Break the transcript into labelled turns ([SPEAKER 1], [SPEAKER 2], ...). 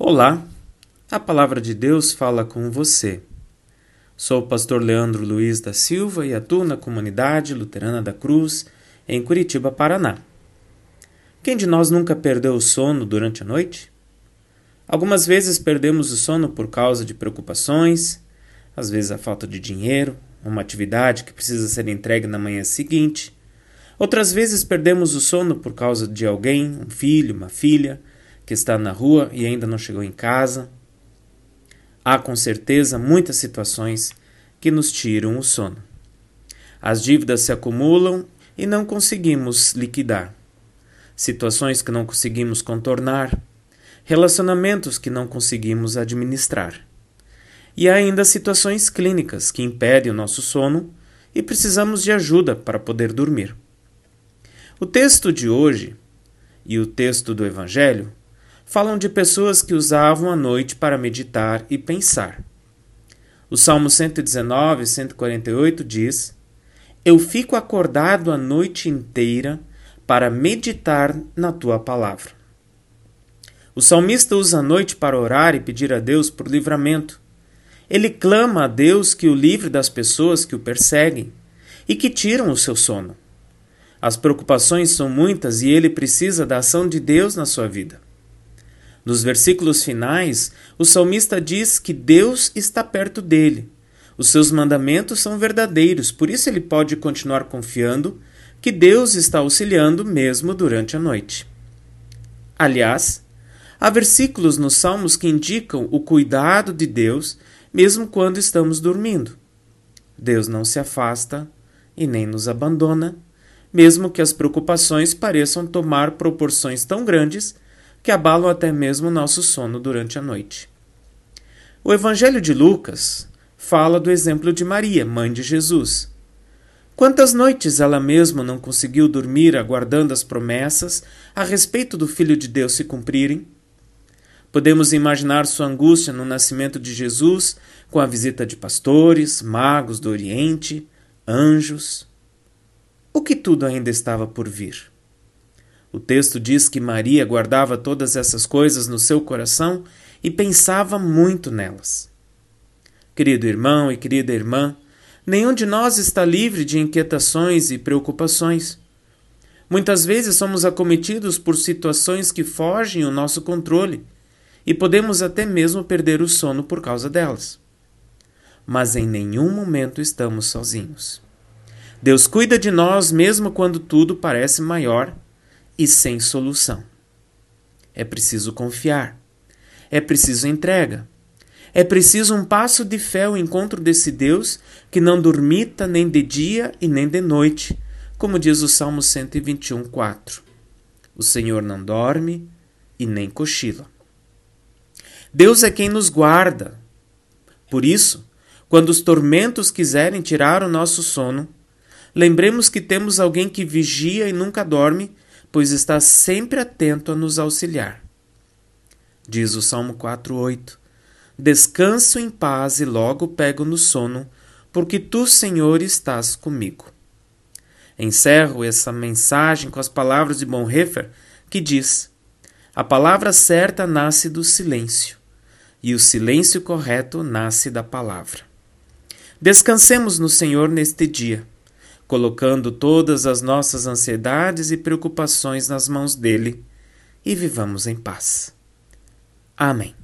[SPEAKER 1] Olá, a Palavra de Deus fala com você. Sou o pastor Leandro Luiz da Silva e atuo na comunidade luterana da Cruz, em Curitiba, Paraná. Quem de nós nunca perdeu o sono durante a noite? Algumas vezes perdemos o sono por causa de preocupações, às vezes a falta de dinheiro, uma atividade que precisa ser entregue na manhã seguinte. Outras vezes perdemos o sono por causa de alguém, um filho, uma filha, que está na rua e ainda não chegou em casa. Há com certeza muitas situações que nos tiram o sono. As dívidas se acumulam e não conseguimos liquidar. Situações que não conseguimos contornar. Relacionamentos que não conseguimos administrar. E há ainda situações clínicas que impedem o nosso sono e precisamos de ajuda para poder dormir. O texto de hoje e o texto do Evangelho falam de pessoas que usavam a noite para meditar e pensar. O Salmo 119, 148 diz: Eu fico acordado a noite inteira para meditar na tua palavra. O salmista usa a noite para orar e pedir a Deus por livramento. Ele clama a Deus que o livre das pessoas que o perseguem e que tiram o seu sono. As preocupações são muitas e ele precisa da ação de Deus na sua vida. Nos versículos finais, o salmista diz que Deus está perto dele. Os seus mandamentos são verdadeiros, por isso ele pode continuar confiando que Deus está auxiliando mesmo durante a noite. Aliás, há versículos nos Salmos que indicam o cuidado de Deus mesmo quando estamos dormindo. Deus não se afasta e nem nos abandona, mesmo que as preocupações pareçam tomar proporções tão grandes que abalam até mesmo o nosso sono durante a noite. O Evangelho de Lucas fala do exemplo de Maria, mãe de Jesus. Quantas noites ela mesma não conseguiu dormir aguardando as promessas a respeito do Filho de Deus se cumprirem? Podemos imaginar sua angústia no nascimento de Jesus, com a visita de pastores, magos do Oriente, anjos. O que tudo ainda estava por vir? O texto diz que Maria guardava todas essas coisas no seu coração e pensava muito nelas. Querido irmão e querida irmã, nenhum de nós está livre de inquietações e preocupações. Muitas vezes somos acometidos por situações que fogem ao nosso controle e podemos até mesmo perder o sono por causa delas. Mas em nenhum momento estamos sozinhos. Deus cuida de nós mesmo quando tudo parece maior e sem solução. É preciso confiar. É preciso entrega. É preciso um passo de fé ao encontro desse Deus que não dormita nem de dia e nem de noite, como diz o Salmo 121, 4. O Senhor não dorme e nem cochila. Deus é quem nos guarda. Por isso, quando os tormentos quiserem tirar o nosso sono, lembremos que temos alguém que vigia e nunca dorme, pois está sempre atento a nos auxiliar. Diz o Salmo 4:8: Descanso em paz e logo pego no sono, porque tu, Senhor, estás comigo. Encerro essa mensagem com as palavras de Bonhoeffer, que diz: A palavra certa nasce do silêncio, e o silêncio correto nasce da palavra. Descansemos no Senhor neste dia, colocando todas as nossas ansiedades e preocupações nas mãos dele, e vivamos em paz. Amém.